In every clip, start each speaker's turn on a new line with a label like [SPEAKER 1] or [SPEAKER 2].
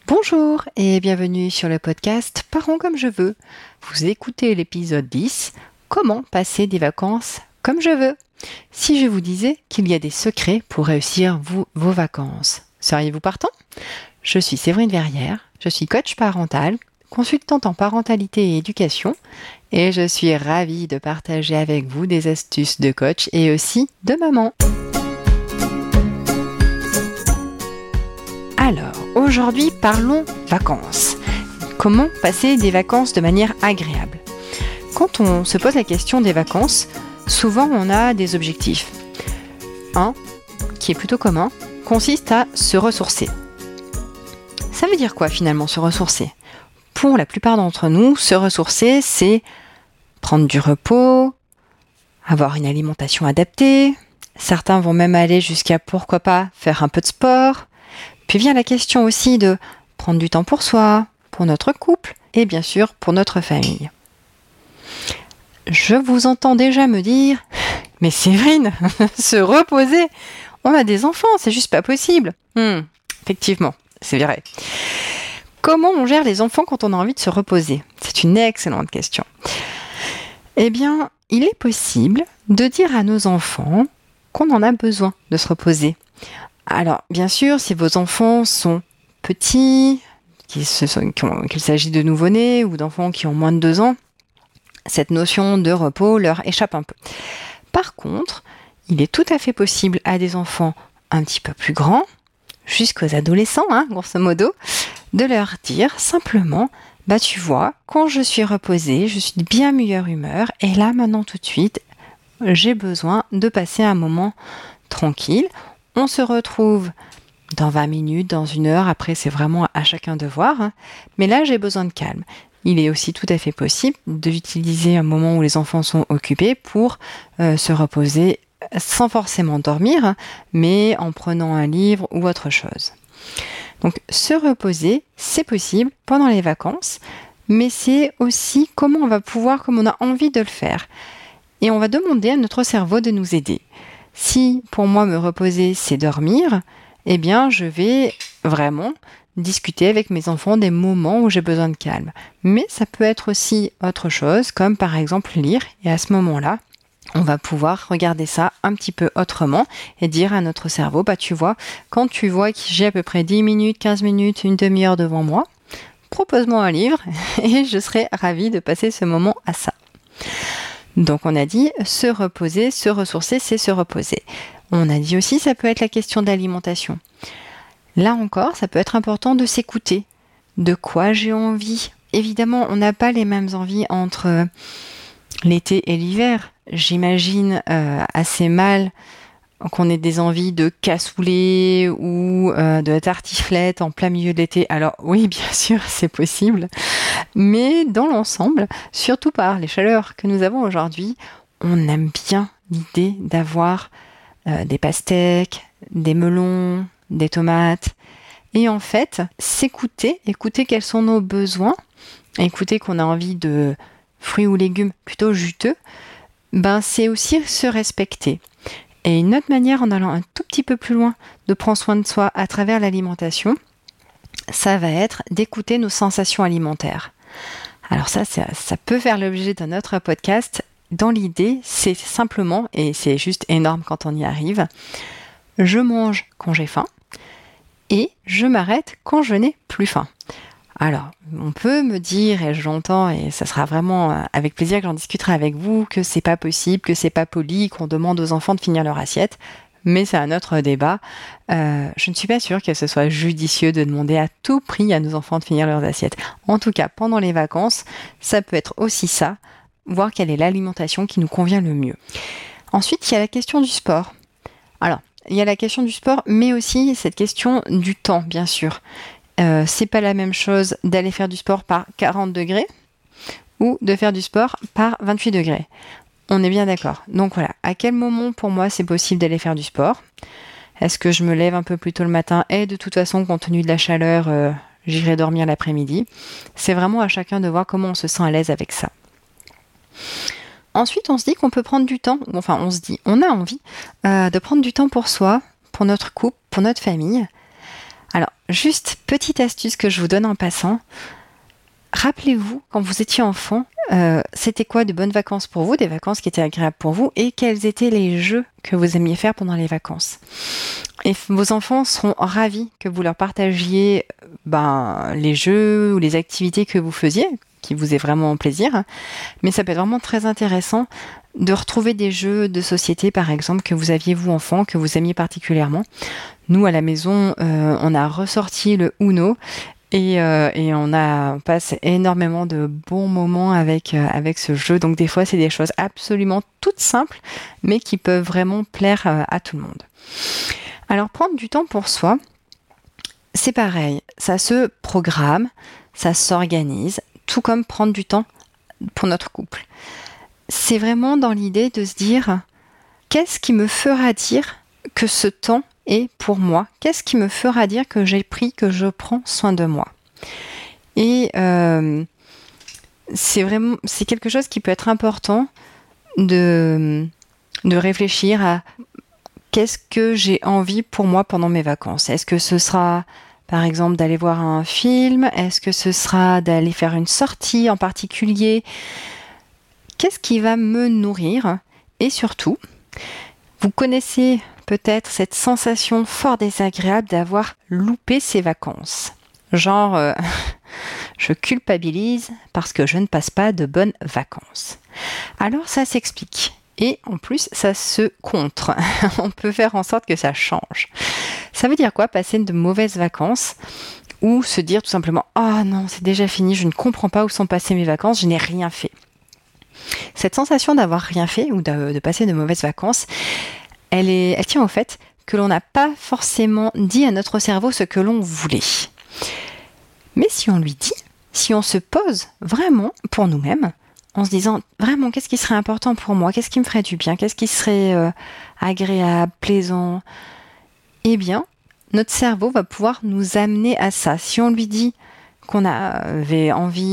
[SPEAKER 1] Bonjour et bienvenue sur le podcast Parents comme je veux. Vous écoutez l'épisode 10, Comment passer des vacances comme je veux. Si je vous disais qu'il y a des secrets pour réussir vos vacances, seriez-vous partant ? Je suis Séverine Verrière, je suis coach parental, consultante en parentalité et éducation et je suis ravie de partager avec vous des astuces de coach et aussi de maman. Alors, aujourd'hui, parlons vacances. Comment passer des vacances de manière agréable ? Quand on se pose la question des vacances, souvent on a des objectifs. Un, qui est plutôt commun, consiste à se ressourcer. Ça veut dire quoi finalement, se ressourcer ? Pour la plupart d'entre nous, se ressourcer, c'est prendre du repos, avoir une alimentation adaptée. Certains vont même aller jusqu'à, pourquoi pas, faire un peu de sport. Puis vient la question aussi de prendre du temps pour soi, pour notre couple et bien sûr pour notre famille. Je vous entends déjà me dire « Mais Séverine, se reposer, on a des enfants, c'est juste pas possible !» Effectivement, c'est vrai. Comment on gère les enfants quand on a envie de se reposer ? C'est une excellente question. Eh bien, il est possible de dire à nos enfants qu'on en a besoin de se reposer. Alors, bien sûr, si vos enfants sont petits, qu'il s'agit de nouveau-nés ou d'enfants qui ont moins de 2 ans, cette notion de repos leur échappe un peu. Par contre, il est tout à fait possible à des enfants un petit peu plus grands, jusqu'aux adolescents, grosso modo, de leur dire simplement « tu vois, quand je suis reposée, je suis de bien meilleure humeur, et là, maintenant, tout de suite, j'ai besoin de passer un moment tranquille. On se retrouve dans 20 minutes, dans 1 heure, après c'est vraiment à chacun de voir, mais là j'ai besoin de calme. » Il est aussi tout à fait possible d'utiliser un moment où les enfants sont occupés pour se reposer sans forcément dormir, mais en prenant un livre ou autre chose. Donc se reposer, c'est possible pendant les vacances, mais c'est aussi comment on va pouvoir, comme on a envie de le faire. Et on va demander à notre cerveau de nous aider. Si pour moi me reposer c'est dormir, eh bien je vais vraiment discuter avec mes enfants des moments où j'ai besoin de calme. Mais ça peut être aussi autre chose, comme par exemple lire, et à ce moment-là, on va pouvoir regarder ça un petit peu autrement et dire à notre cerveau, tu vois, quand tu vois que j'ai à peu près 10 minutes, 15 minutes, une demi-heure devant moi, propose-moi un livre et je serai ravie de passer ce moment à ça. Donc on a dit se reposer, se ressourcer, c'est se reposer. On a dit aussi ça peut être la question de l'alimentation. Là encore, ça peut être important de s'écouter. De quoi j'ai envie ? Évidemment, on n'a pas les mêmes envies entre l'été et l'hiver. J'imagine assez mal qu'on ait des envies de cassoulet ou de tartiflette en plein milieu de l'été. Alors oui, bien sûr, c'est possible. Mais dans l'ensemble, surtout par les chaleurs que nous avons aujourd'hui, on aime bien l'idée d'avoir des pastèques, des melons, des tomates. Et en fait, s'écouter, écouter quels sont nos besoins, écouter qu'on a envie de fruits ou légumes plutôt juteux, c'est aussi se respecter. Et une autre manière, en allant un tout petit peu plus loin, de prendre soin de soi à travers l'alimentation, ça va être d'écouter nos sensations alimentaires. Alors ça peut faire l'objet d'un autre podcast. Dans l'idée, c'est simplement, et c'est juste énorme quand on y arrive, je mange quand j'ai faim et je m'arrête quand je n'ai plus faim. Alors, on peut me dire, et je l'entends, et ça sera vraiment avec plaisir que j'en discuterai avec vous, que c'est pas possible, que c'est pas poli, qu'on demande aux enfants de finir leur assiette, mais c'est un autre débat. Je ne suis pas sûre que ce soit judicieux de demander à tout prix à nos enfants de finir leurs assiettes. En tout cas, pendant les vacances, ça peut être aussi ça, voir quelle est l'alimentation qui nous convient le mieux. Ensuite, il y a la question du sport. Alors, il y a la question du sport, mais aussi cette question du temps, bien sûr. C'est pas la même chose d'aller faire du sport par 40 degrés ou de faire du sport par 28 degrés. On est bien d'accord. Donc voilà, à quel moment pour moi c'est possible d'aller faire du sport ? Est-ce que je me lève un peu plus tôt le matin et de toute façon, compte tenu de la chaleur, j'irai dormir l'après-midi ? C'est vraiment à chacun de voir comment on se sent à l'aise avec ça. Ensuite, on se dit qu'on peut prendre du temps, on a envie de prendre du temps pour soi, pour notre couple, pour notre famille. Alors, juste petite astuce que je vous donne en passant. Rappelez-vous, quand vous étiez enfant, c'était quoi de bonnes vacances pour vous, des vacances qui étaient agréables pour vous, et quels étaient les jeux que vous aimiez faire pendant les vacances. Et vos enfants seront ravis que vous leur partagiez les jeux ou les activités que vous faisiez, qui vous aient vraiment plaisir. Mais ça peut être vraiment très intéressant de retrouver des jeux de société, par exemple, que vous aviez vous enfant, que vous aimiez particulièrement. Nous, à la maison, on a ressorti le Uno. Et on passe énormément de bons moments avec ce jeu. Donc des fois, c'est des choses absolument toutes simples, mais qui peuvent vraiment plaire à tout le monde. Alors, prendre du temps pour soi, c'est pareil. Ça se programme, ça s'organise, tout comme prendre du temps pour notre couple. C'est vraiment dans l'idée de se dire, qu'est-ce qui me fera dire que ce temps est pour moi? Qu'est-ce qui me fera dire que je prends soin de moi? Et c'est quelque chose qui peut être important de réfléchir à qu'est-ce que j'ai envie pour moi pendant mes vacances. Est-ce que ce sera, par exemple, d'aller voir un film? Est-ce que ce sera d'aller faire une sortie en particulier? Qu'est-ce qui va me nourrir? Et surtout, vous connaissez peut-être cette sensation fort désagréable d'avoir loupé ses vacances. Genre, je culpabilise parce que je ne passe pas de bonnes vacances. Alors ça s'explique. Et en plus, ça se contre. On peut faire en sorte que ça change. Ça veut dire quoi, passer de mauvaises vacances ou se dire tout simplement « Oh non, c'est déjà fini, je ne comprends pas où sont passées mes vacances, je n'ai rien fait. » Cette sensation d'avoir rien fait ou de passer de mauvaises vacances, elle tient au fait que l'on n'a pas forcément dit à notre cerveau ce que l'on voulait. Mais si on lui dit, si on se pose vraiment pour nous-mêmes, en se disant vraiment qu'est-ce qui serait important pour moi, qu'est-ce qui me ferait du bien, qu'est-ce qui serait agréable, plaisant, eh bien, notre cerveau va pouvoir nous amener à ça. Si on lui dit qu'on avait envie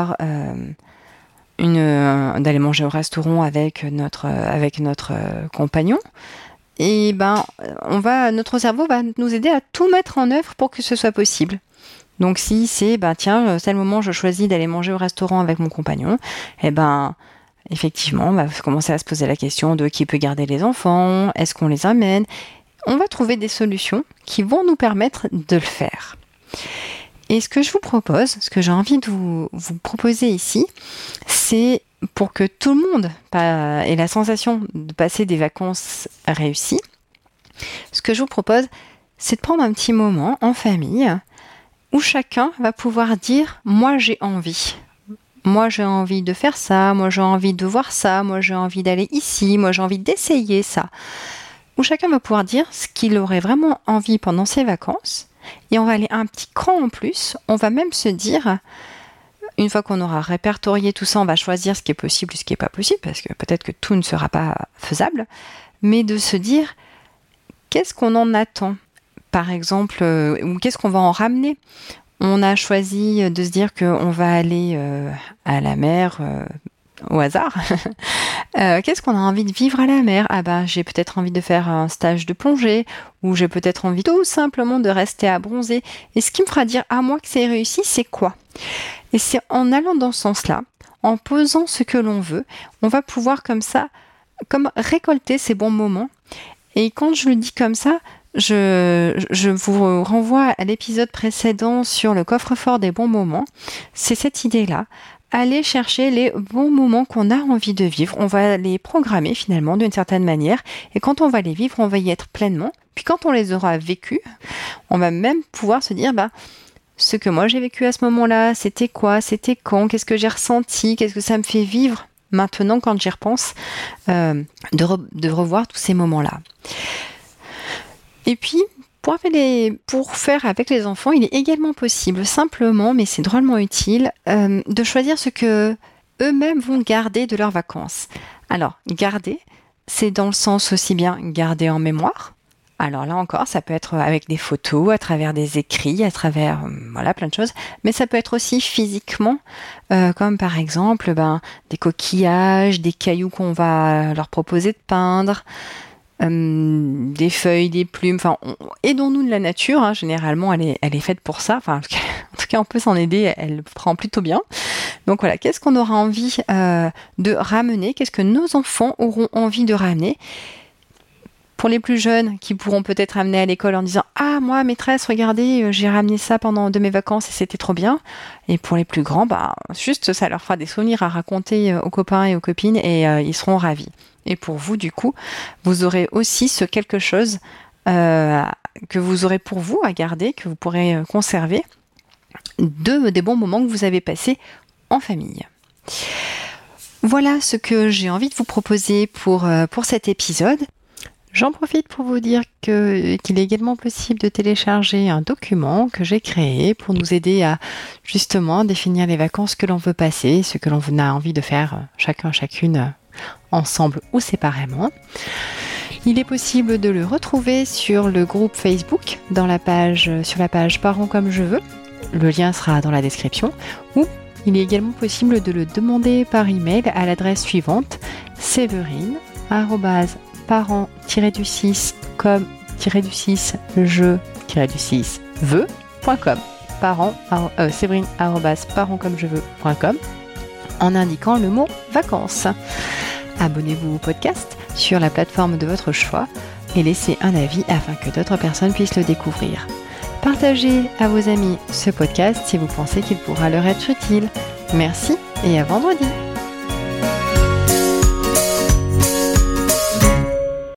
[SPEAKER 1] d'aller manger au restaurant avec notre compagnon, et notre cerveau va nous aider à tout mettre en œuvre pour que ce soit possible. Donc si c'est c'est le moment où je choisis d'aller manger au restaurant avec mon compagnon, effectivement, on va commencer à se poser la question de qui peut garder les enfants, est-ce qu'on les amène? On va trouver des solutions qui vont nous permettre de le faire. Et ce que je vous propose, ce que j'ai envie de vous proposer ici, c'est pour que tout le monde ait la sensation de passer des vacances réussies, ce que je vous propose, c'est de prendre un petit moment en famille où chacun va pouvoir dire « moi j'ai envie ». Moi j'ai envie de faire ça, moi j'ai envie de voir ça, moi j'ai envie d'aller ici, moi j'ai envie d'essayer ça. Où chacun va pouvoir dire ce qu'il aurait vraiment envie pendant ses vacances. Et on va aller un petit cran en plus, on va même se dire, une fois qu'on aura répertorié tout ça, on va choisir ce qui est possible et ce qui n'est pas possible, parce que peut-être que tout ne sera pas faisable, mais de se dire, qu'est-ce qu'on en attend ? Par exemple, ou qu'est-ce qu'on va en ramener ? On a choisi de se dire qu'on va aller à la mer au hasard. Qu'est-ce qu'on a envie de vivre à la mer ? J'ai peut-être envie de faire un stage de plongée, ou j'ai peut-être envie tout simplement de rester à bronzer. Et ce qui me fera dire « Ah, moi que c'est réussi, c'est quoi ?» Et c'est en allant dans ce sens-là, en posant ce que l'on veut, on va pouvoir comme ça, comme récolter ces bons moments. Et quand je le dis comme ça, je vous renvoie à l'épisode précédent sur le coffre-fort des bons moments. C'est cette idée-là. Aller chercher les bons moments qu'on a envie de vivre. On va les programmer finalement d'une certaine manière. Et quand on va les vivre, on va y être pleinement. Puis quand on les aura vécus, on va même pouvoir se dire, ce que moi j'ai vécu à ce moment-là, c'était quoi ? C'était quand ? Qu'est-ce que j'ai ressenti ? Qu'est-ce que ça me fait vivre maintenant quand j'y repense de revoir tous ces moments-là. Et puis, pour faire avec les enfants, il est également possible, simplement, mais c'est drôlement utile, de choisir ce que eux-mêmes vont garder de leurs vacances. Alors, garder, c'est dans le sens aussi bien garder en mémoire. Alors là encore, ça peut être avec des photos, à travers des écrits, à travers plein de choses. Mais ça peut être aussi physiquement, comme par exemple des coquillages, des cailloux qu'on va leur proposer de peindre. des feuilles, des plumes, enfin, aidons-nous de la nature, hein. Généralement elle est faite pour ça, enfin, en tout cas on peut s'en aider, elle le prend plutôt bien. Donc voilà, qu'est-ce qu'on aura envie de ramener, qu'est-ce que nos enfants auront envie de ramener? Pour les plus jeunes qui pourront peut-être amener à l'école en disant « Ah, moi, maîtresse, regardez, j'ai ramené ça pendant de mes vacances et c'était trop bien ». Et pour les plus grands, juste ça leur fera des souvenirs à raconter aux copains et aux copines et ils seront ravis. Et pour vous, du coup, vous aurez aussi ce quelque chose que vous aurez pour vous à garder, que vous pourrez conserver des bons moments que vous avez passés en famille. Voilà ce que j'ai envie de vous proposer pour cet épisode. J'en profite pour vous dire qu'il est également possible de télécharger un document que j'ai créé pour nous aider à justement définir les vacances que l'on veut passer, ce que l'on a envie de faire chacune ensemble ou séparément. Il est possible de le retrouver sur le groupe Facebook sur la page Parents comme je veux. Le lien sera dans la description. Ou il est également possible de le demander par email à l'adresse suivante séverine@parents-du6 comme-je-veux.com séverine@parents-comme-je-veux.com en indiquant le mot vacances. Abonnez-vous au podcast sur la plateforme de votre choix et laissez un avis afin que d'autres personnes puissent le découvrir. Partagez à vos amis ce podcast si vous pensez qu'il pourra leur être utile. Merci et à vendredi.